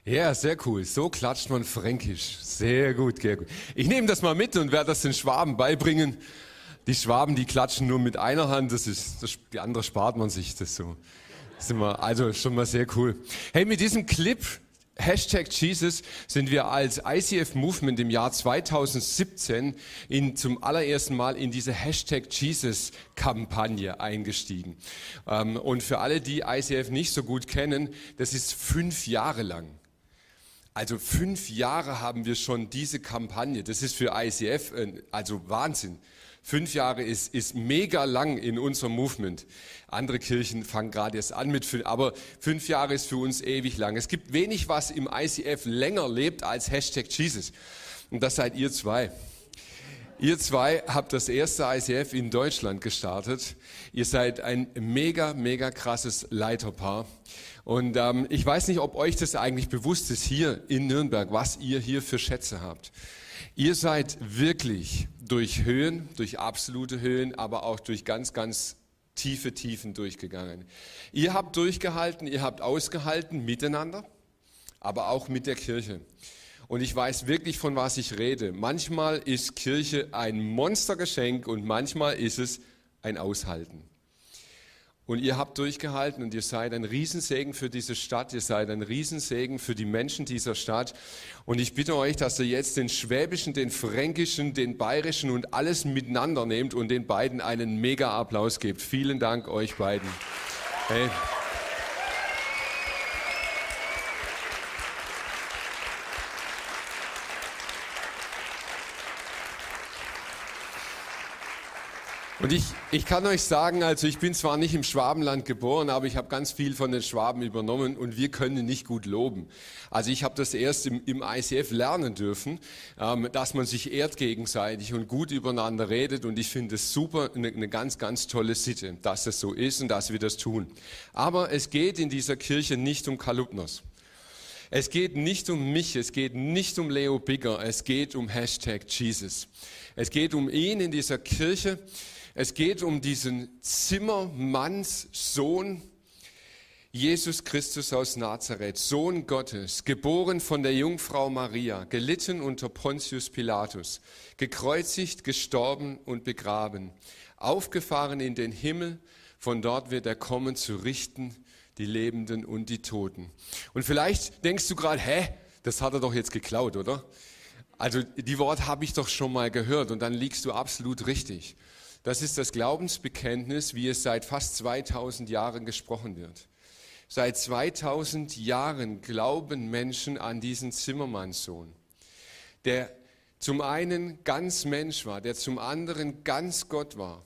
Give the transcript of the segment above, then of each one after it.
Ja, sehr cool. So klatscht man fränkisch. Sehr gut, sehr gut. Ich nehme das mal mit und werde das den Schwaben beibringen. Die Schwaben, die klatschen nur mit einer Hand, die andere spart man sich. Das so. Also schon mal sehr cool. Hey, mit diesem Clip, #Jesus, sind wir als ICF Movement im Jahr 2017 zum allerersten Mal in diese #Jesus-Kampagne eingestiegen. Und für alle, die ICF nicht so gut kennen, das ist 5 Jahre lang. Also 5 Jahre haben wir schon diese Kampagne. Das ist für ICF also Wahnsinn. 5 Jahre ist mega lang in unserem Movement. Andere Kirchen fangen gerade erst an mit 5, aber 5 Jahre ist für uns ewig lang. Es gibt wenig, was im ICF länger lebt als #Jesus. Und das seid ihr zwei. Ihr zwei habt das erste ICF in Deutschland gestartet. Ihr seid ein mega, mega krasses Leiterpaar. Und ich weiß nicht, ob euch das eigentlich bewusst ist hier in Nürnberg, was ihr hier für Schätze habt. Ihr seid wirklich durch Höhen, durch absolute Höhen, aber auch durch ganz, ganz tiefe Tiefen durchgegangen. Ihr habt durchgehalten, ihr habt ausgehalten miteinander, aber auch mit der Kirche. Und ich weiß wirklich, von was ich rede. Manchmal ist Kirche ein Monstergeschenk und manchmal ist es ein Aushalten. Und ihr habt durchgehalten und ihr seid ein Riesensegen für diese Stadt, ihr seid ein Riesensegen für die Menschen dieser Stadt. Und ich bitte euch, dass ihr jetzt den schwäbischen, den fränkischen, den bayerischen und alles miteinander nehmt und den beiden einen Mega-Applaus gebt. Vielen Dank euch beiden. Hey. Und ich kann euch sagen, also ich bin zwar nicht im Schwabenland geboren, aber ich habe ganz viel von den Schwaben übernommen und wir können nicht gut loben. Also ich habe das erst im ICF lernen dürfen, dass man sich ehrt gegenseitig und gut übereinander redet und ich finde es super, eine ganz, ganz tolle Sitte, dass das so ist und dass wir das tun. Aber es geht in dieser Kirche nicht um Kalupnos. Es geht nicht um mich, es geht nicht um Leo Bigger, es geht um #Jesus. Es geht um ihn in dieser Kirche. Es geht um diesen Zimmermannssohn, Jesus Christus aus Nazareth, Sohn Gottes, geboren von der Jungfrau Maria, gelitten unter Pontius Pilatus, gekreuzigt, gestorben und begraben, aufgefahren in den Himmel, von dort wird er kommen zu richten, die Lebenden und die Toten. Und vielleicht denkst du gerade, das hat er doch jetzt geklaut, oder? Also die Worte habe ich doch schon mal gehört und dann liegst du absolut richtig. Das ist das Glaubensbekenntnis, wie es seit fast 2000 Jahren gesprochen wird. Seit 2000 Jahren glauben Menschen an diesen Zimmermannssohn, der zum einen ganz Mensch war, der zum anderen ganz Gott war.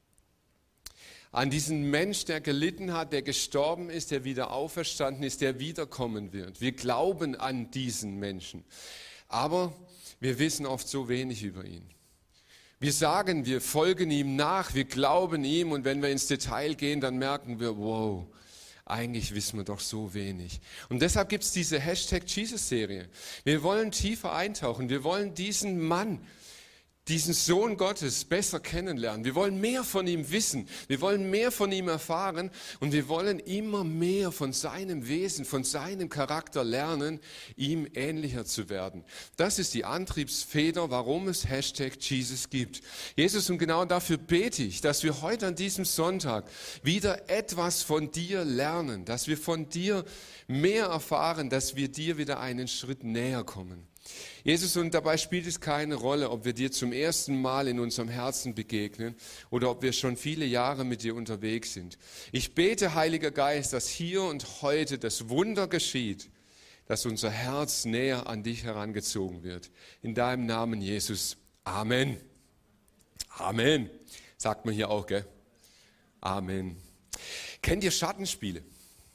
An diesen Mensch, der gelitten hat, der gestorben ist, der wieder auferstanden ist, der wiederkommen wird. Wir glauben an diesen Menschen, aber wir wissen oft so wenig über ihn. Wir sagen, wir folgen ihm nach, wir glauben ihm und wenn wir ins Detail gehen, dann merken wir, wow, eigentlich wissen wir doch so wenig. Und deshalb gibt es diese #Jesus-Serie. Wir wollen tiefer eintauchen, wir wollen diesen Mann, diesen Sohn Gottes besser kennenlernen. Wir wollen mehr von ihm wissen, wir wollen mehr von ihm erfahren und wir wollen immer mehr von seinem Wesen, von seinem Charakter lernen, ihm ähnlicher zu werden. Das ist die Antriebsfeder, warum es #Jesus gibt. Jesus, und genau dafür bete ich, dass wir heute an diesem Sonntag wieder etwas von dir lernen, dass wir von dir mehr erfahren, dass wir dir wieder einen Schritt näher kommen. Jesus, und dabei spielt es keine Rolle, ob wir dir zum ersten Mal in unserem Herzen begegnen oder ob wir schon viele Jahre mit dir unterwegs sind. Ich bete, Heiliger Geist, dass hier und heute das Wunder geschieht, dass unser Herz näher an dich herangezogen wird. In deinem Namen, Jesus. Amen. Amen. Sagt man hier auch, gell? Amen. Kennt ihr Schattenspiele?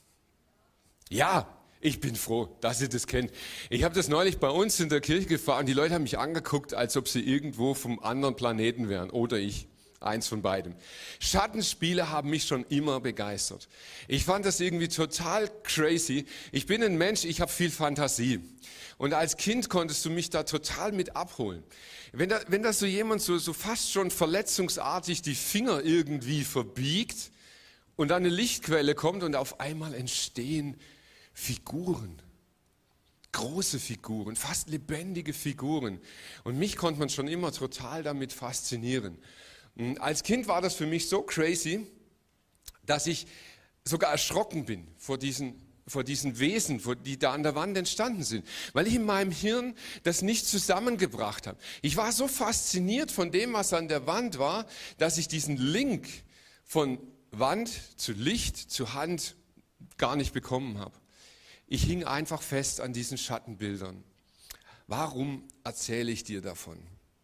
Ja. Ich bin froh, dass ihr das kennt. Ich habe das neulich bei uns in der Kirche gefahren. Die Leute haben mich angeguckt, als ob sie irgendwo vom anderen Planeten wären. Oder ich. Eins von beidem. Schattenspiele haben mich schon immer begeistert. Ich fand das irgendwie total crazy. Ich bin ein Mensch, ich habe viel Fantasie. Und als Kind konntest du mich da total mit abholen. Wenn da so jemand so fast schon verletzungsartig die Finger irgendwie verbiegt und dann eine Lichtquelle kommt und auf einmal entstehen Figuren. große Figuren, fast lebendige Figuren. Und mich konnte man schon immer total damit faszinieren. Und als Kind war das für mich so crazy, dass ich sogar erschrocken bin vor diesen Wesen, die da an der Wand entstanden sind, weil ich in meinem Hirn das nicht zusammengebracht habe. Ich war so fasziniert von dem, was an der Wand war, dass ich diesen Link von Wand zu Licht zu Hand gar nicht bekommen habe. Ich hing einfach fest an diesen Schattenbildern. Warum erzähle ich dir davon?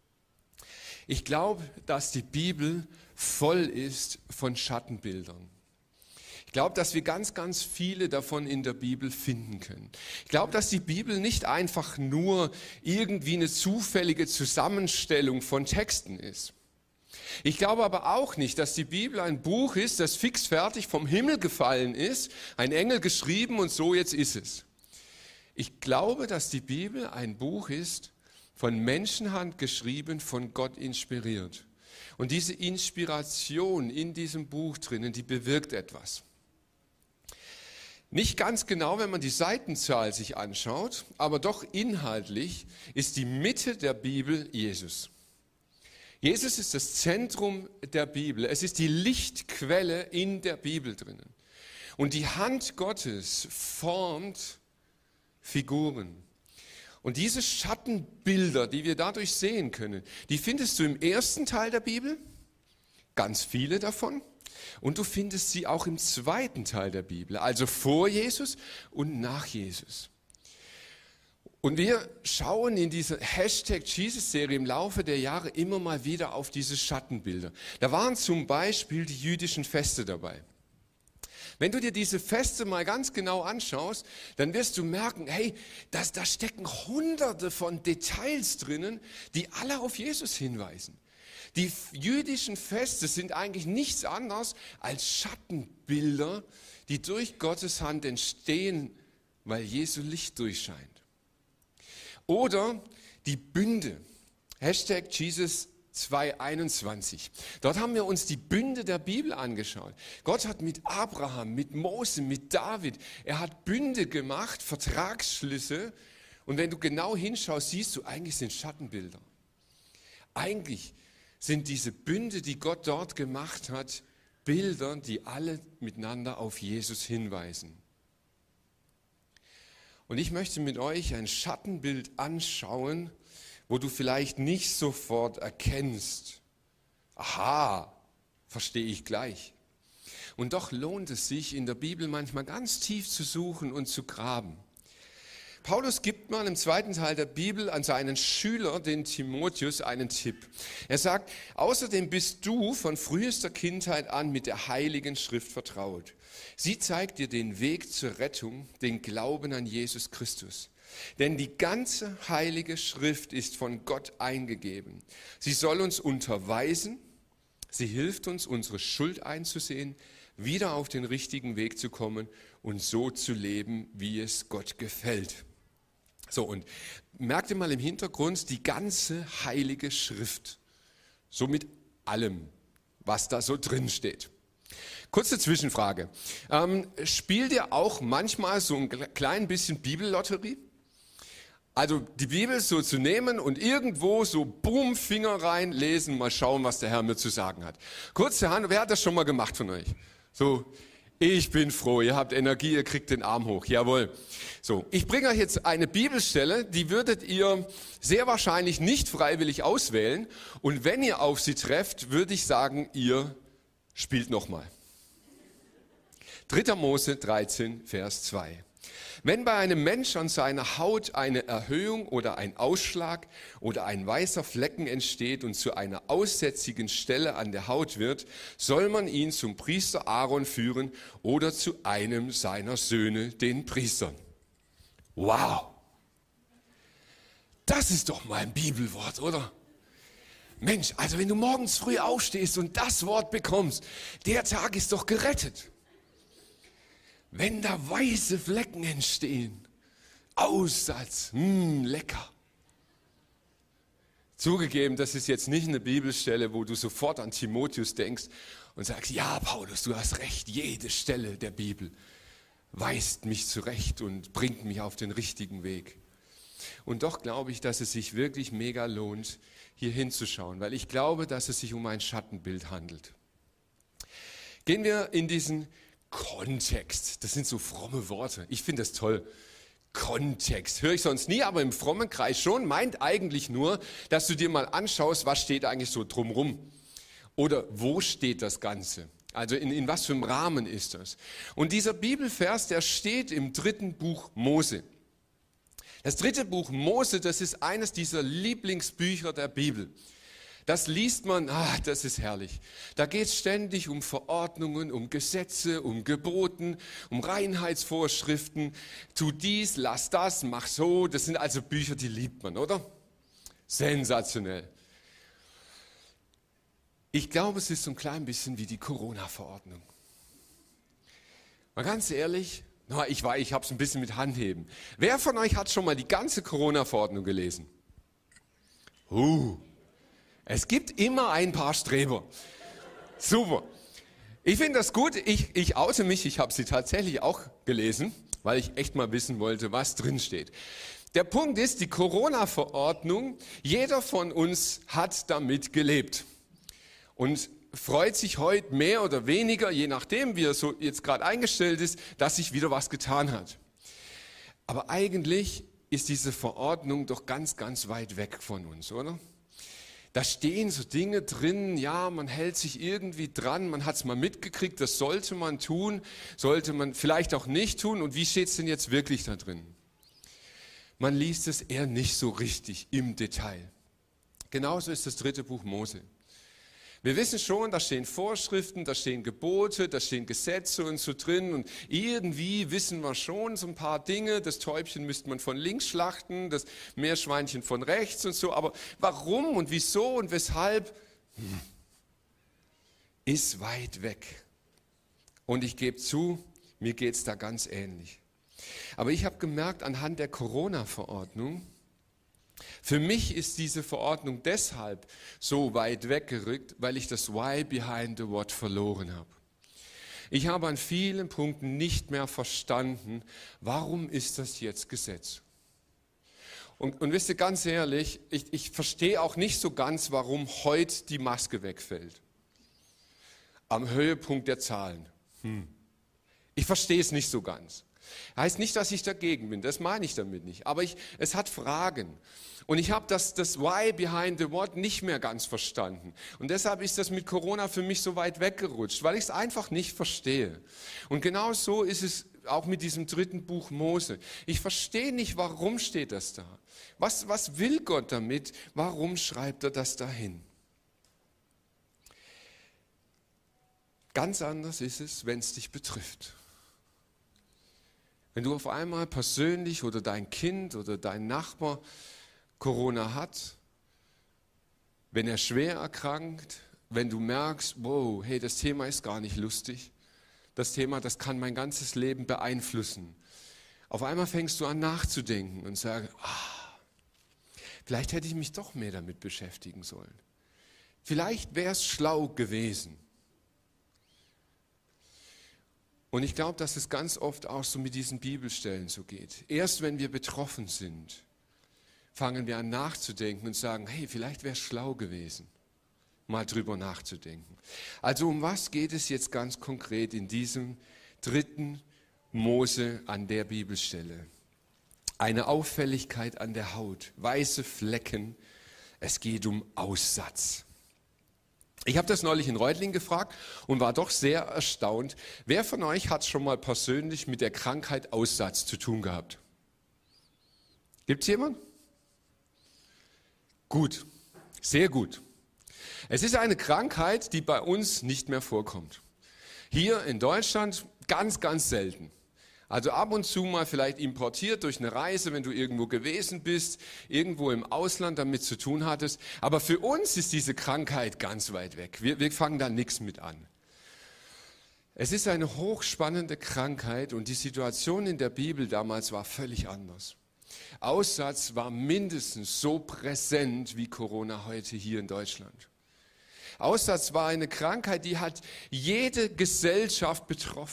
Ich glaube, dass die Bibel voll ist von Schattenbildern. Ich glaube, dass wir ganz, ganz viele davon in der Bibel finden können. Ich glaube, dass die Bibel nicht einfach nur irgendwie eine zufällige Zusammenstellung von Texten ist. Ich glaube aber auch nicht, dass die Bibel ein Buch ist, das fixfertig vom Himmel gefallen ist, ein Engel geschrieben und so jetzt ist es. Ich glaube, dass die Bibel ein Buch ist, von Menschenhand geschrieben, von Gott inspiriert. Und diese Inspiration in diesem Buch drinnen, die bewirkt etwas. Nicht ganz genau, wenn man die Seitenzahl sich anschaut, aber doch inhaltlich ist die Mitte der Bibel Jesus. Jesus ist das Zentrum der Bibel. Es ist die Lichtquelle in der Bibel drinnen. Und die Hand Gottes formt Figuren. Und diese Schattenbilder, die wir dadurch sehen können, die findest du im ersten Teil der Bibel, ganz viele davon. Und du findest sie auch im zweiten Teil der Bibel, also vor Jesus und nach Jesus. Und wir schauen in dieser #Jesus-Serie im Laufe der Jahre immer mal wieder auf diese Schattenbilder. Da waren zum Beispiel die jüdischen Feste dabei. Wenn du dir diese Feste mal ganz genau anschaust, dann wirst du merken, hey, da stecken Hunderte von Details drinnen, die alle auf Jesus hinweisen. Die jüdischen Feste sind eigentlich nichts anderes als Schattenbilder, die durch Gottes Hand entstehen, weil Jesu Licht durchscheint. Oder die Bünde, #Jesus 2:21. Dort haben wir uns die Bünde der Bibel angeschaut. Gott hat mit Abraham, mit Mose, mit David, er hat Bünde gemacht, Vertragsschlüsse. Und wenn du genau hinschaust, siehst du, eigentlich sind Schattenbilder. Eigentlich sind diese Bünde, die Gott dort gemacht hat, Bilder, die alle miteinander auf Jesus hinweisen. Und ich möchte mit euch ein Schattenbild anschauen, wo du vielleicht nicht sofort erkennst, aha, verstehe ich gleich. Und doch lohnt es sich, in der Bibel manchmal ganz tief zu suchen und zu graben. Paulus gibt mal im zweiten Teil der Bibel an seinen Schüler, den Timotheus, einen Tipp. Er sagt, außerdem bist du von frühester Kindheit an mit der Heiligen Schrift vertraut. Sie zeigt dir den Weg zur Rettung, den Glauben an Jesus Christus. Denn die ganze Heilige Schrift ist von Gott eingegeben. Sie soll uns unterweisen, sie hilft uns, unsere Schuld einzusehen, wieder auf den richtigen Weg zu kommen und so zu leben, wie es Gott gefällt. So, und merkt ihr mal im Hintergrund die ganze Heilige Schrift. So mit allem, was da so drin steht. Kurze Zwischenfrage. Spielt ihr auch manchmal so ein klein bisschen Bibellotterie? Also die Bibel so zu nehmen und irgendwo so boom, Finger rein, lesen, mal schauen, was der Herr mir zu sagen hat. Kurze Hand, wer hat das schon mal gemacht von euch? So, ich bin froh, ihr habt Energie, ihr kriegt den Arm hoch, jawohl. So, ich bringe euch jetzt eine Bibelstelle, die würdet ihr sehr wahrscheinlich nicht freiwillig auswählen. Und wenn ihr auf sie trefft, würde ich sagen, ihr spielt nochmal. 3. Mose 13, Vers 2. Wenn bei einem Mensch an seiner Haut eine Erhöhung oder ein Ausschlag oder ein weißer Flecken entsteht und zu einer aussätzigen Stelle an der Haut wird, soll man ihn zum Priester Aaron führen oder zu einem seiner Söhne, den Priestern. Wow! Das ist doch mal ein Bibelwort, oder? Mensch, also wenn du morgens früh aufstehst und das Wort bekommst, der Tag ist doch gerettet. Wenn da weiße Flecken entstehen, Aussatz, lecker. Zugegeben, das ist jetzt nicht eine Bibelstelle, wo du sofort an Timotheus denkst und sagst, ja Paulus, du hast recht, jede Stelle der Bibel weist mich zurecht und bringt mich auf den richtigen Weg. Und doch glaube ich, dass es sich wirklich mega lohnt, hier hinzuschauen, weil ich glaube, dass es sich um ein Schattenbild handelt. Gehen wir in diesen Kontext. Das sind so fromme Worte. Ich finde das toll. Kontext. Höre ich sonst nie, aber im frommen Kreis schon. Meint eigentlich nur, dass du dir mal anschaust, was steht eigentlich so drumrum. Oder wo steht das Ganze? Also in was für einem Rahmen ist das? Und dieser Bibelvers, der steht im 3. Buch Mose. Das 3. Buch Mose, das ist eines dieser Lieblingsbücher der Bibel. Das liest man, das ist herrlich. Da geht es ständig um Verordnungen, um Gesetze, um Geboten, um Reinheitsvorschriften. Tu dies, lass das, mach so. Das sind also Bücher, die liebt man, oder? Sensationell. Ich glaube, es ist so ein klein bisschen wie die Corona-Verordnung. Mal ganz ehrlich, ich habe es ein bisschen mit Handheben. Wer von euch hat schon mal die ganze Corona-Verordnung gelesen? Es gibt immer ein paar Streber. Super. Ich finde das gut. Ich oute mich. Ich habe sie tatsächlich auch gelesen, weil ich echt mal wissen wollte, was drin steht. Der Punkt ist, die Corona-Verordnung, jeder von uns hat damit gelebt und freut sich heute mehr oder weniger, je nachdem, wie er so jetzt gerade eingestellt ist, dass sich wieder was getan hat. Aber eigentlich ist diese Verordnung doch ganz, ganz weit weg von uns, oder? Da stehen so Dinge drin, ja, man hält sich irgendwie dran, man hat es mal mitgekriegt, das sollte man tun, sollte man vielleicht auch nicht tun. Und wie steht es denn jetzt wirklich da drin? Man liest es eher nicht so richtig im Detail. Genauso ist das 3. Buch Mose. Wir wissen schon, da stehen Vorschriften, da stehen Gebote, da stehen Gesetze und so drin. Und irgendwie wissen wir schon so ein paar Dinge. Das Täubchen müsste man von links schlachten, das Meerschweinchen von rechts und so. Aber warum und wieso und weshalb, ist weit weg. Und ich gebe zu, mir geht es da ganz ähnlich. Aber ich habe gemerkt, anhand der Corona-Verordnung, für mich ist diese Verordnung deshalb so weit weggerückt, weil ich das Why behind the what verloren habe. Ich habe an vielen Punkten nicht mehr verstanden, warum ist das jetzt Gesetz? Und wisst ihr, ganz ehrlich, ich verstehe auch nicht so ganz, warum heute die Maske wegfällt. Am Höhepunkt der Zahlen. Ich verstehe es nicht so ganz. Heißt nicht, dass ich dagegen bin, das meine ich damit nicht. Aber es hat Fragen. Und ich habe das Why behind the what nicht mehr ganz verstanden. Und deshalb ist das mit Corona für mich so weit weggerutscht, weil ich es einfach nicht verstehe. Und genau so ist es auch mit diesem 3. Buch Mose. Ich verstehe nicht, warum steht das da? Was will Gott damit? Warum schreibt er das dahin? Ganz anders ist es, wenn es dich betrifft. Wenn du auf einmal persönlich oder dein Kind oder dein Nachbar Corona hat, wenn er schwer erkrankt, wenn du merkst, wow, hey, das Thema ist gar nicht lustig, das Thema, das kann mein ganzes Leben beeinflussen. Auf einmal fängst du an nachzudenken und sagst, vielleicht hätte ich mich doch mehr damit beschäftigen sollen. Vielleicht wäre es schlau gewesen. Und ich glaube, dass es ganz oft auch so mit diesen Bibelstellen so geht. Erst wenn wir betroffen sind, fangen wir an nachzudenken und sagen, hey, vielleicht wäre es schlau gewesen, mal drüber nachzudenken. Also um was geht es jetzt ganz konkret in diesem 3. Mose an der Bibelstelle? Eine Auffälligkeit an der Haut, weiße Flecken, es geht um Aussatz. Ich habe das neulich in Reutlingen gefragt und war doch sehr erstaunt. Wer von euch hat schon mal persönlich mit der Krankheit Aussatz zu tun gehabt? Gibt es jemanden? Gut, sehr gut. Es ist eine Krankheit, die bei uns nicht mehr vorkommt. Hier in Deutschland ganz, ganz selten. Also ab und zu mal vielleicht importiert durch eine Reise, wenn du irgendwo gewesen bist, irgendwo im Ausland damit zu tun hattest. Aber für uns ist diese Krankheit ganz weit weg. Wir fangen da nichts mit an. Es ist eine hochspannende Krankheit und die Situation in der Bibel damals war völlig anders. Aussatz war mindestens so präsent wie Corona heute hier in Deutschland. Aussatz war eine Krankheit, die hat jede Gesellschaft betroffen.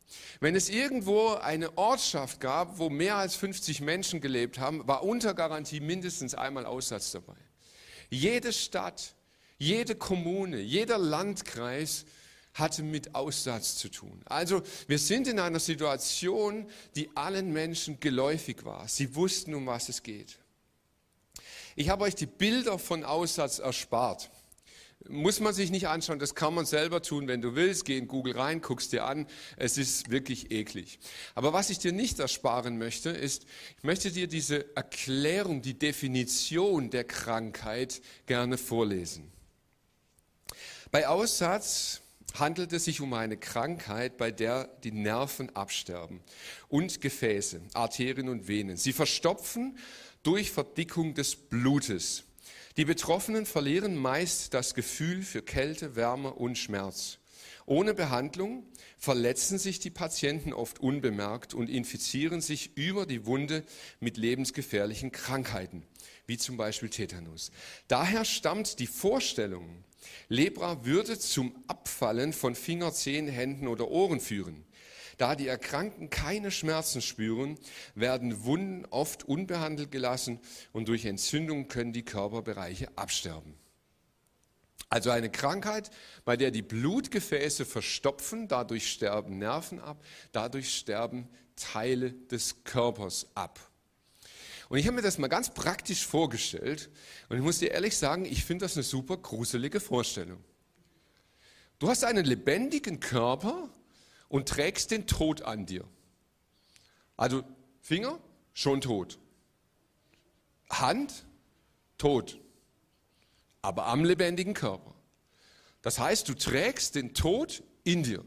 Wenn es irgendwo eine Ortschaft gab, wo mehr als 50 Menschen gelebt haben, war unter Garantie mindestens einmal Aussatz dabei. Jede Stadt, jede Kommune, jeder Landkreis hatte mit Aussatz zu tun. Also wir sind in einer Situation, die allen Menschen geläufig war. Sie wussten, um was es geht. Ich habe euch die Bilder von Aussatz erspart. Muss man sich nicht anschauen, das kann man selber tun, wenn du willst. Geh in Google rein, guck's dir an. Es ist wirklich eklig. Aber was ich dir nicht ersparen möchte, ist, ich möchte dir diese Erklärung, die Definition der Krankheit gerne vorlesen. Bei Aussatz handelt es sich um eine Krankheit, bei der die Nerven absterben und Gefäße, Arterien und Venen. Sie verstopfen durch Verdickung des Blutes. Die Betroffenen verlieren meist das Gefühl für Kälte, Wärme und Schmerz. Ohne Behandlung verletzen sich die Patienten oft unbemerkt und infizieren sich über die Wunde mit lebensgefährlichen Krankheiten, wie zum Beispiel Tetanus. Daher stammt die Vorstellung, Lepra würde zum Abfallen von Finger, Zehen, Händen oder Ohren führen. Da die Erkrankten keine Schmerzen spüren, werden Wunden oft unbehandelt gelassen und durch Entzündung können die Körperbereiche absterben. Also eine Krankheit, bei der die Blutgefäße verstopfen, dadurch sterben Nerven ab, dadurch sterben Teile des Körpers ab. Und ich habe mir das mal ganz praktisch vorgestellt und ich muss dir ehrlich sagen, ich finde das eine super gruselige Vorstellung. Du hast einen lebendigen Körper und trägst den Tod an dir. Also Finger, schon tot. Hand, tot. Aber am lebendigen Körper. Das heißt, du trägst den Tod in dir.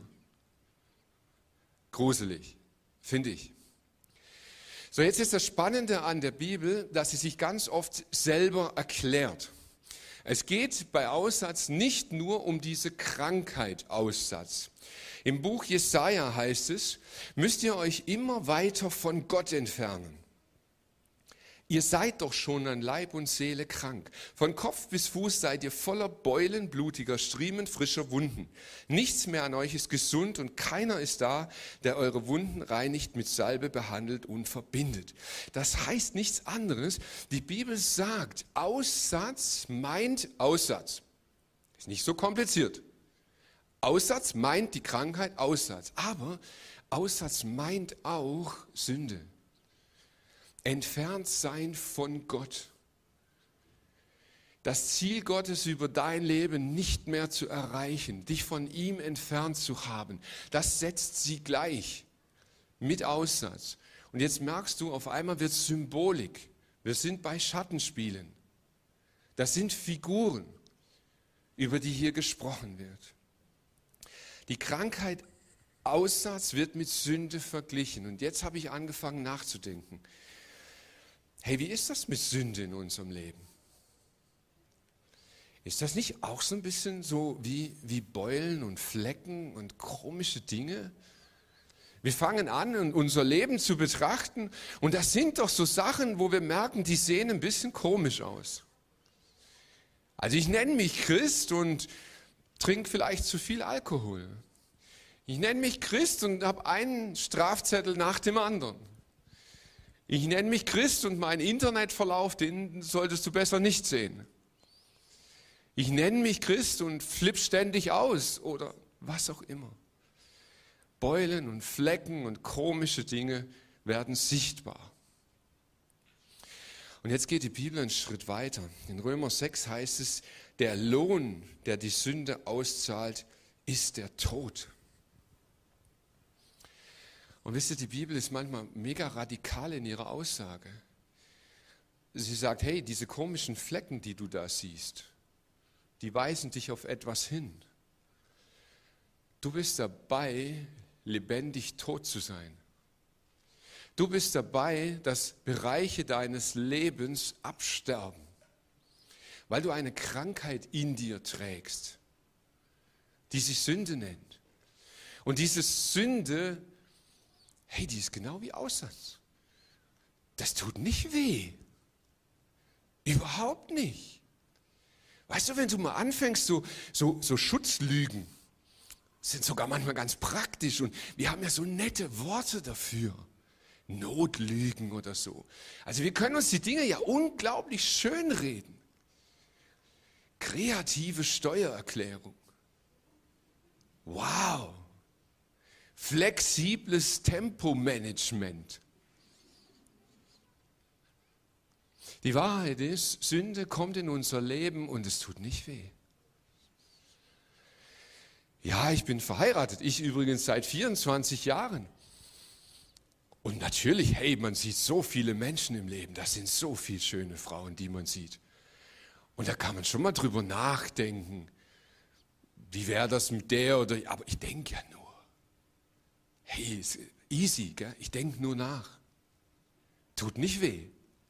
Gruselig, finde ich. So, jetzt ist das Spannende an der Bibel, dass sie sich ganz oft selber erklärt. Es geht bei Aussatz nicht nur um diese Krankheit Aussatz. Im Buch Jesaja heißt es, müsst ihr euch immer weiter von Gott entfernen. Ihr seid doch schon an Leib und Seele krank. Von Kopf bis Fuß seid ihr voller Beulen, blutiger Striemen, frischer Wunden. Nichts mehr an euch ist gesund und keiner ist da, der eure Wunden reinigt, mit Salbe behandelt und verbindet. Das heißt nichts anderes. Die Bibel sagt, Aussatz meint Aussatz. Ist nicht so kompliziert. Aussatz meint die Krankheit Aussatz. Aber Aussatz meint auch Sünde. Entfernt sein von Gott. Das Ziel Gottes über dein Leben nicht mehr zu erreichen, dich von ihm entfernt zu haben, das setzt sie gleich mit Aussatz. Und jetzt merkst du, auf einmal wird Symbolik. Wir sind bei Schattenspielen. Das sind Figuren, über die hier gesprochen wird. Die Krankheit Aussatz wird mit Sünde verglichen. Und jetzt habe ich angefangen nachzudenken. Hey, wie ist das mit Sünde in unserem Leben? Ist das nicht auch so ein bisschen so wie Beulen und Flecken und komische Dinge? Wir fangen an, unser Leben zu betrachten und das sind doch so Sachen, wo wir merken, die sehen ein bisschen komisch aus. Also ich nenne mich Christ und trinke vielleicht zu viel Alkohol. Ich nenne mich Christ und habe einen Strafzettel nach dem anderen. Ich nenne mich Christ und mein Internetverlauf, den solltest du besser nicht sehen. Ich nenne mich Christ und flipp ständig aus oder was auch immer. Beulen und Flecken und komische Dinge werden sichtbar. Und jetzt geht die Bibel einen Schritt weiter. In Römer 6 heißt es, der Lohn, der die Sünde auszahlt, ist der Tod. Und wisst ihr, die Bibel ist manchmal mega radikal in ihrer Aussage. Sie sagt, hey, diese komischen Flecken, die du da siehst, die weisen dich auf etwas hin. Du bist dabei, lebendig tot zu sein. Du bist dabei, dass Bereiche deines Lebens absterben, weil du eine Krankheit in dir trägst, die sich Sünde nennt. Und diese Sünde, hey, die ist genau wie Aussatz. Das tut nicht weh. Überhaupt nicht. Weißt du, wenn du mal anfängst, so Schutzlügen, Sind sogar manchmal ganz praktisch und wir haben ja so nette Worte dafür. Notlügen oder so. Also wir können uns die Dinge ja unglaublich schön reden. Kreative Steuererklärung. Wow. Flexibles Tempomanagement. Die Wahrheit ist, Sünde kommt in unser Leben und es tut nicht weh. Ja, ich bin verheiratet. Ich übrigens seit 24 Jahren. Und natürlich, hey, man sieht so viele Menschen im Leben. Das sind so viele schöne Frauen, die man sieht. Und da kann man schon mal drüber nachdenken. Wie wäre das mit der oder... Aber ich denke ja nur. Hey, ist easy, gell? Ich denke nur nach. Tut nicht weh.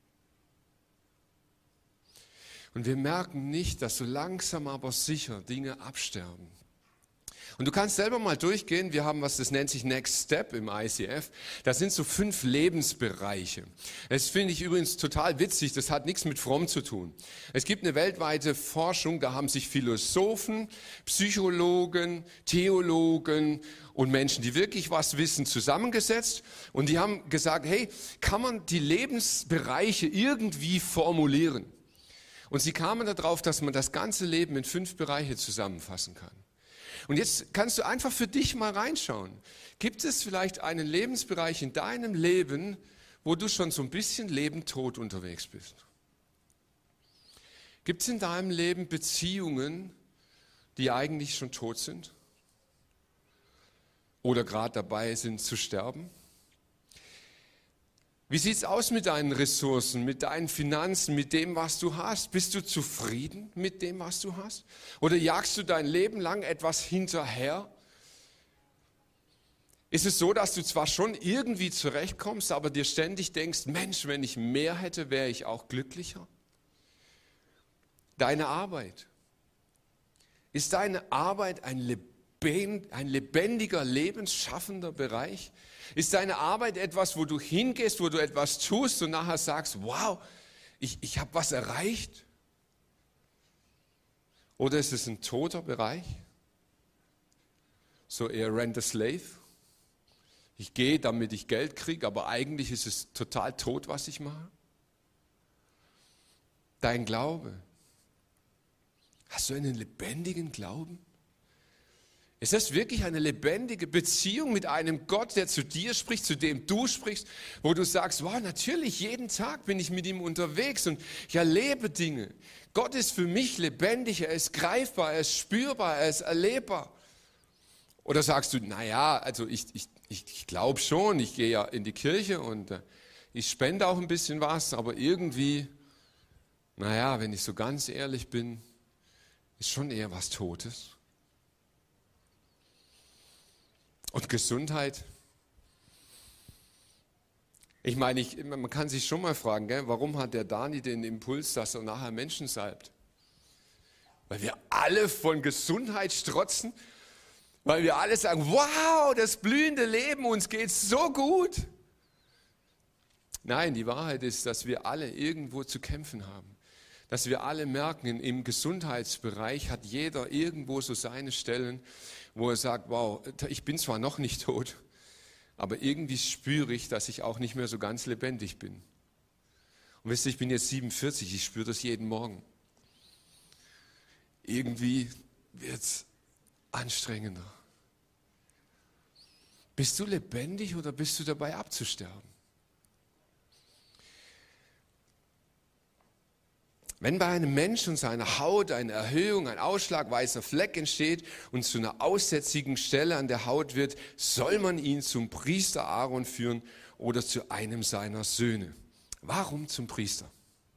Und wir merken nicht, dass so langsam aber sicher Dinge absterben. Und du kannst selber mal durchgehen, wir haben was, das nennt sich Next Step im ICF. Das sind so 5 Lebensbereiche. Das finde ich übrigens total witzig, das hat nichts mit fromm zu tun. Es gibt eine weltweite Forschung, da haben sich Philosophen, Psychologen, Theologen und Menschen, die wirklich was wissen, zusammengesetzt. Und die haben gesagt, hey, kann man die Lebensbereiche irgendwie formulieren? Und sie kamen darauf, dass man das ganze Leben in 5 Bereiche zusammenfassen kann. Und jetzt kannst du einfach für dich mal reinschauen. Gibt es vielleicht einen Lebensbereich in deinem Leben, wo du schon so ein bisschen lebend-tot unterwegs bist? Gibt es in deinem Leben Beziehungen, die eigentlich schon tot sind? Oder gerade dabei sind zu sterben? Wie sieht es aus mit deinen Ressourcen, mit deinen Finanzen, mit dem, was du hast? Bist du zufrieden mit dem, was du hast? Oder jagst du dein Leben lang etwas hinterher? Ist es so, dass du zwar schon irgendwie zurechtkommst, aber dir ständig denkst, Mensch, wenn ich mehr hätte, wäre ich auch glücklicher? Deine Arbeit. Ist deine Arbeit ein lebendiger, lebensschaffender Bereich? Ist deine Arbeit etwas, wo du hingehst, wo du etwas tust und nachher sagst, wow, ich habe was erreicht? Oder ist es ein toter Bereich? So eher Rent a Slave? Ich gehe, damit ich Geld kriege, aber eigentlich ist es total tot, was ich mache? Dein Glaube. Hast du einen lebendigen Glauben? Ist das wirklich eine lebendige Beziehung mit einem Gott, der zu dir spricht, zu dem du sprichst, wo du sagst, wow, natürlich, jeden Tag bin ich mit ihm unterwegs und ich erlebe Dinge. Gott ist für mich lebendig, er ist greifbar, er ist spürbar, er ist erlebbar. Oder sagst du, naja, also ich glaube schon, ich gehe ja in die Kirche und ich spende auch ein bisschen was, aber irgendwie, naja, wenn ich so ganz ehrlich bin, ist schon eher was Totes. Und Gesundheit. Ich meine, man kann sich schon mal fragen, gell, warum hat der Dani den Impuls, dass er nachher Menschen salbt? Weil wir alle von Gesundheit strotzen, weil wir alle sagen, wow, das blühende Leben, uns geht's so gut. Nein, die Wahrheit ist, dass wir alle irgendwo zu kämpfen haben. Dass wir alle merken, im Gesundheitsbereich hat jeder irgendwo so seine Stellen, wo er sagt, wow, ich bin zwar noch nicht tot, aber irgendwie spüre ich, dass ich auch nicht mehr so ganz lebendig bin. Und wisst ihr, ich bin jetzt 47, ich spüre das jeden Morgen. Irgendwie wird es anstrengender. Bist du lebendig oder bist du dabei abzusterben? Wenn bei einem Menschen seiner Haut eine Erhöhung, ein Ausschlag, weißer Fleck entsteht und zu einer aussätzigen Stelle an der Haut wird, soll man ihn zum Priester Aaron führen oder zu einem seiner Söhne. Warum zum Priester?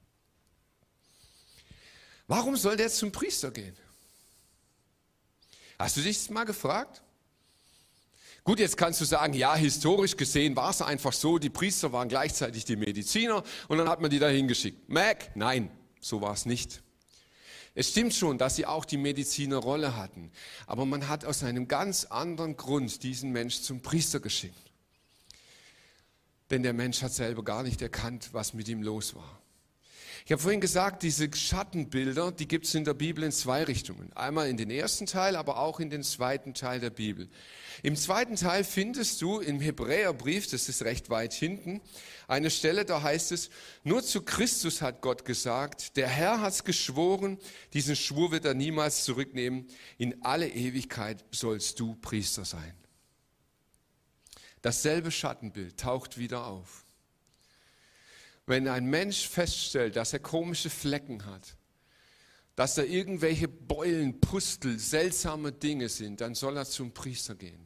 Warum soll der zum Priester gehen? Hast du dich das mal gefragt? Gut, jetzt kannst du sagen, ja, historisch gesehen war es einfach so, die Priester waren gleichzeitig die Mediziner und dann hat man die da hingeschickt. Nein. So war es nicht. Es stimmt schon, dass sie auch die Medizinerrolle hatten, aber man hat aus einem ganz anderen Grund diesen Mensch zum Priester geschickt. Denn der Mensch hat selber gar nicht erkannt, was mit ihm los war. Ich habe vorhin gesagt, diese Schattenbilder, die gibt es in der Bibel in zwei Richtungen. Einmal in den ersten Teil, aber auch in den zweiten Teil der Bibel. Im zweiten Teil findest du im Hebräerbrief, das ist recht weit hinten, eine Stelle, da heißt es, nur zu Christus hat Gott gesagt, der Herr hat es geschworen, diesen Schwur wird er niemals zurücknehmen, in alle Ewigkeit sollst du Priester sein. Dasselbe Schattenbild taucht wieder auf. Wenn ein Mensch feststellt, dass er komische Flecken hat, dass da irgendwelche Beulen, Pustel, seltsame Dinge sind, dann soll er zum Priester gehen.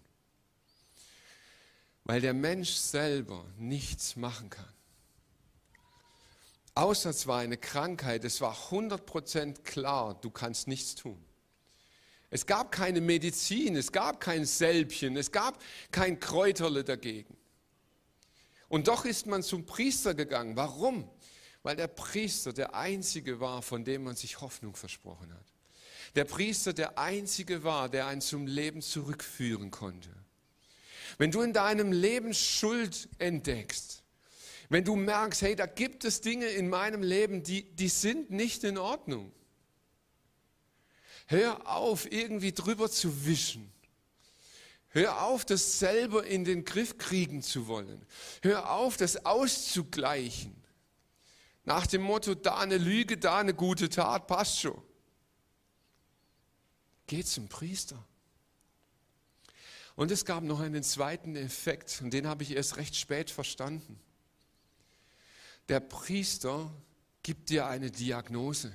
Weil der Mensch selber nichts machen kann. Außer es war eine Krankheit, es war 100% klar, du kannst nichts tun. Es gab keine Medizin, es gab kein Sälbchen, es gab kein Kräuterle dagegen. Und doch ist man zum Priester gegangen. Warum? Weil der Priester der Einzige war, von dem man sich Hoffnung versprochen hat. Der Priester der Einzige war, der einen zum Leben zurückführen konnte. Wenn du in deinem Leben Schuld entdeckst, wenn du merkst, hey, da gibt es Dinge in meinem Leben, die sind nicht in Ordnung. Hör auf, irgendwie drüber zu wischen. Hör auf, das selber in den Griff kriegen zu wollen. Hör auf, das auszugleichen. Nach dem Motto, da eine Lüge, da eine gute Tat, passt schon. Geh zum Priester. Und es gab noch einen zweiten Effekt, und den habe ich erst recht spät verstanden. Der Priester gibt dir eine Diagnose.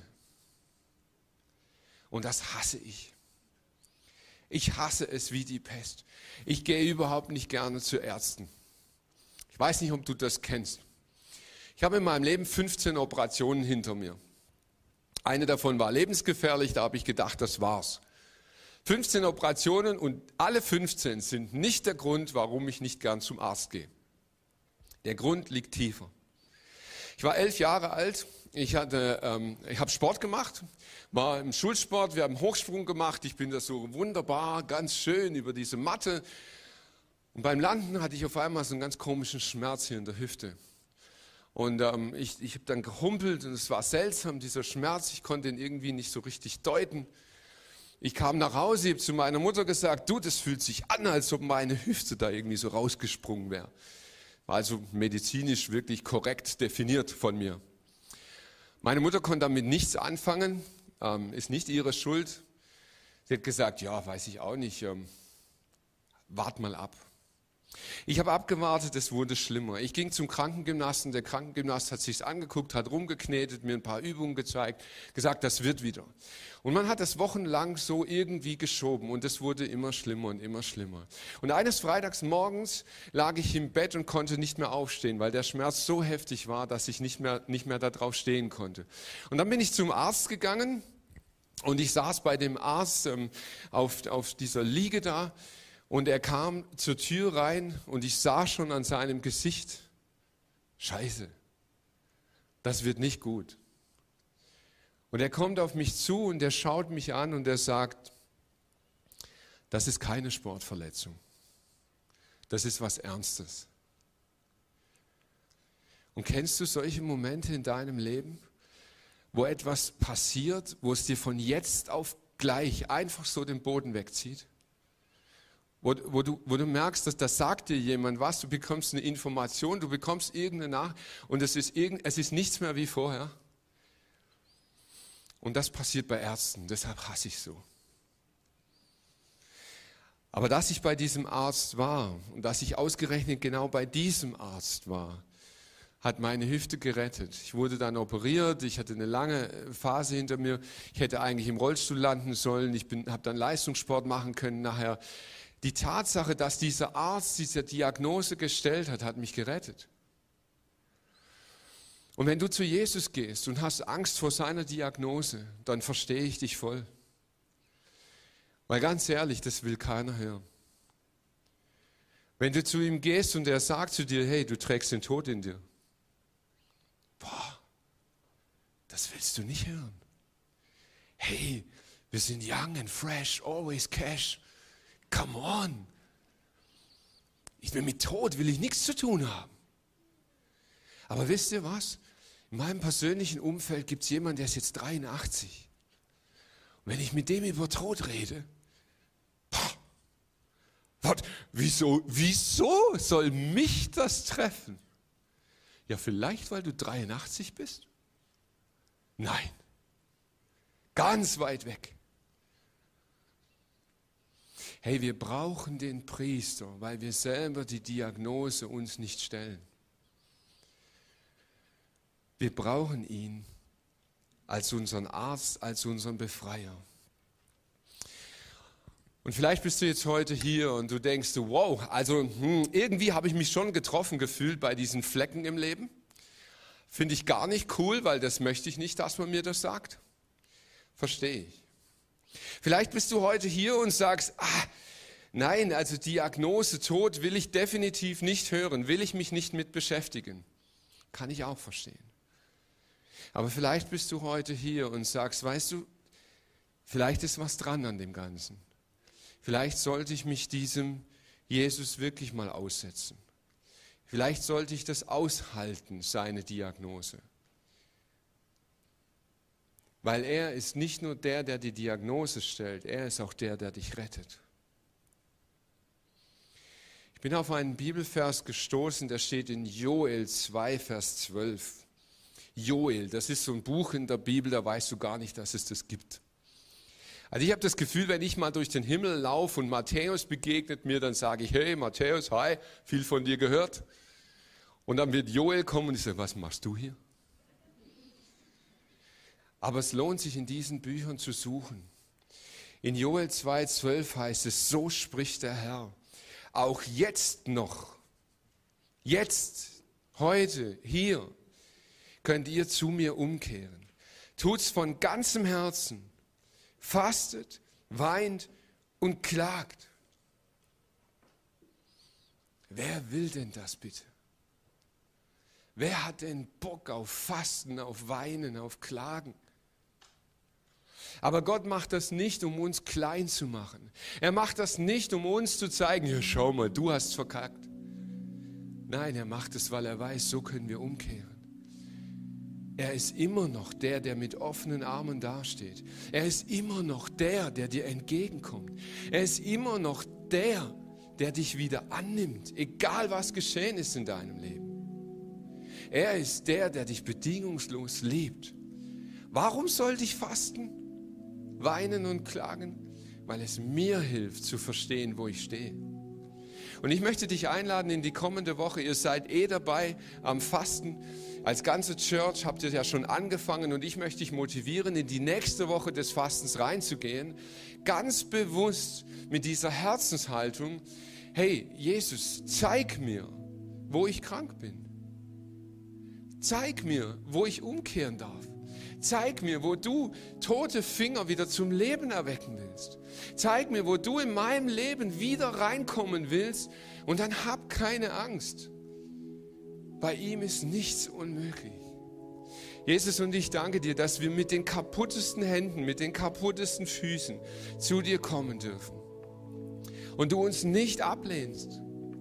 Und das hasse ich. Ich hasse es wie die Pest. Ich gehe überhaupt nicht gerne zu Ärzten. Ich weiß nicht, ob du das kennst. Ich habe in meinem Leben 15 Operationen hinter mir. Eine davon war lebensgefährlich, da habe ich gedacht, das war's. 15 Operationen und alle 15 sind nicht der Grund, warum ich nicht gern zum Arzt gehe. Der Grund liegt tiefer. Ich war 11 Jahre alt, ich habe Sport gemacht, war im Schulsport, wir haben Hochsprung gemacht, ich bin da so wunderbar, ganz schön über diese Matte. Und beim Landen hatte ich auf einmal so einen ganz komischen Schmerz hier in der Hüfte. Und ich habe dann gehumpelt und es war seltsam, dieser Schmerz, ich konnte ihn irgendwie nicht so richtig deuten. Ich kam nach Hause, habe zu meiner Mutter gesagt, du, das fühlt sich an, als ob meine Hüfte da irgendwie so rausgesprungen wäre. War also medizinisch wirklich korrekt definiert von mir. Meine Mutter konnte damit nichts anfangen, ist nicht ihre Schuld. Sie hat gesagt, ja, weiß ich auch nicht, wart mal ab. Ich habe abgewartet, es wurde schlimmer. Ich ging zum Krankengymnasten, der Krankengymnast hat sich's angeguckt, hat rumgeknetet, mir ein paar Übungen gezeigt, gesagt, das wird wieder. Und man hat das wochenlang so irgendwie geschoben und es wurde immer schlimmer und immer schlimmer. Und eines Freitags morgens lag ich im Bett und konnte nicht mehr aufstehen, weil der Schmerz so heftig war, dass ich nicht mehr da drauf stehen konnte. Und dann bin ich zum Arzt gegangen und ich saß bei dem Arzt auf dieser Liege da. Und er kam zur Tür rein und ich sah schon an seinem Gesicht, Scheiße, das wird nicht gut. Und er kommt auf mich zu und er schaut mich an und er sagt, das ist keine Sportverletzung, das ist was Ernstes. Und kennst du solche Momente in deinem Leben, wo etwas passiert, wo es dir von jetzt auf gleich einfach so den Boden wegzieht? Wo du merkst, dass das sagt dir jemand was, du bekommst eine Information, du bekommst irgendeine Nachricht und es ist nichts mehr wie vorher. Und das passiert bei Ärzten, deshalb hasse ich so. Aber dass ich bei diesem Arzt war und dass ich ausgerechnet genau bei diesem Arzt war, hat meine Hüfte gerettet. Ich wurde dann operiert, ich hatte eine lange Phase hinter mir, ich hätte eigentlich im Rollstuhl landen sollen, habe dann Leistungssport machen können nachher. Die Tatsache, dass dieser Arzt diese Diagnose gestellt hat, hat mich gerettet. Und wenn du zu Jesus gehst und hast Angst vor seiner Diagnose, dann verstehe ich dich voll. Weil ganz ehrlich, das will keiner hören. Wenn du zu ihm gehst und er sagt zu dir, hey, du trägst den Tod in dir. Boah, das willst du nicht hören. Hey, wir sind young and fresh, always cash. Come on. Mit Tod will ich nichts zu tun haben. Aber wisst ihr was? In meinem persönlichen Umfeld gibt es jemanden, der ist jetzt 83. Und wenn ich mit dem über Tod rede, wieso soll mich das treffen? Ja, vielleicht, weil du 83 bist? Nein, ganz weit weg. Hey, wir brauchen den Priester, weil wir selber die Diagnose uns nicht stellen. Wir brauchen ihn als unseren Arzt, als unseren Befreier. Und vielleicht bist du jetzt heute hier und du denkst, wow, also irgendwie habe ich mich schon getroffen gefühlt bei diesen Flecken im Leben. Finde ich gar nicht cool, weil das möchte ich nicht, dass man mir das sagt. Verstehe ich. Vielleicht bist du heute hier und sagst, nein, also Diagnose Tod will ich definitiv nicht hören, will ich mich nicht mit beschäftigen. Kann ich auch verstehen. Aber vielleicht bist du heute hier und sagst, weißt du, vielleicht ist was dran an dem Ganzen. Vielleicht sollte ich mich diesem Jesus wirklich mal aussetzen. Vielleicht sollte ich das aushalten, seine Diagnose. Weil er ist nicht nur der die Diagnose stellt, er ist auch der dich rettet. Ich bin auf einen Bibelvers gestoßen, der steht in Joel 2, Vers 12. Joel, das ist so ein Buch in der Bibel, da weißt du gar nicht, dass es das gibt. Also ich habe das Gefühl, wenn ich mal durch den Himmel laufe und Matthäus begegnet mir, dann sage ich, hey Matthäus, hi, viel von dir gehört. Und dann wird Joel kommen und ich sage, was machst du hier? Aber es lohnt sich, in diesen Büchern zu suchen. In Joel 2,12 heißt es, so spricht der Herr, auch jetzt noch, jetzt, heute, hier, könnt ihr zu mir umkehren. Tut's von ganzem Herzen. Fastet, weint und klagt. Wer will denn das bitte? Wer hat denn Bock auf Fasten, auf Weinen, auf Klagen? Aber Gott macht das nicht, um uns klein zu machen. Er macht das nicht, um uns zu zeigen, ja, schau mal, du hast verkackt. Nein, er macht es, weil er weiß, so können wir umkehren. Er ist immer noch der mit offenen Armen dasteht. Er ist immer noch der dir entgegenkommt. Er ist immer noch der dich wieder annimmt, egal was geschehen ist in deinem Leben. Er ist der dich bedingungslos liebt. Warum sollte ich fasten, weinen und klagen? Weil es mir hilft zu verstehen, wo ich stehe. Und ich möchte dich einladen in die kommende Woche. Ihr seid dabei am Fasten. Als ganze Church habt ihr ja schon angefangen und ich möchte dich motivieren, in die nächste Woche des Fastens reinzugehen. Ganz bewusst mit dieser Herzenshaltung, hey Jesus, zeig mir, wo ich krank bin. Zeig mir, wo ich umkehren darf. Zeig mir, wo du tote Finger wieder zum Leben erwecken willst. Zeig mir, wo du in meinem Leben wieder reinkommen willst und dann hab keine Angst. Bei ihm ist nichts unmöglich. Jesus, und ich danke dir, dass wir mit den kaputtesten Händen, mit den kaputtesten Füßen zu dir kommen dürfen. Und du uns nicht ablehnst.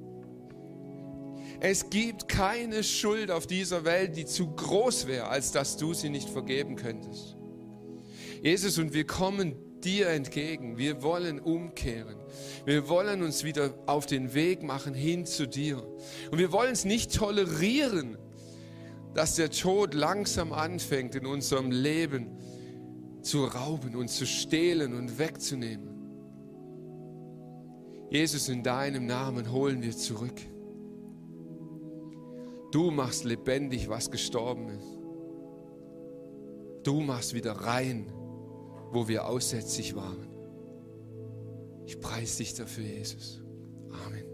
Es gibt keine Schuld auf dieser Welt, die zu groß wäre, als dass du sie nicht vergeben könntest. Jesus, und wir kommen dir entgegen. Wir wollen umkehren. Wir wollen uns wieder auf den Weg machen hin zu dir. Und wir wollen es nicht tolerieren, dass der Tod langsam anfängt, in unserem Leben zu rauben und zu stehlen und wegzunehmen. Jesus, in deinem Namen holen wir zurück. Du machst lebendig, was gestorben ist. Du machst wieder rein, wo wir aussätzig waren. Ich preise dich dafür, Jesus. Amen.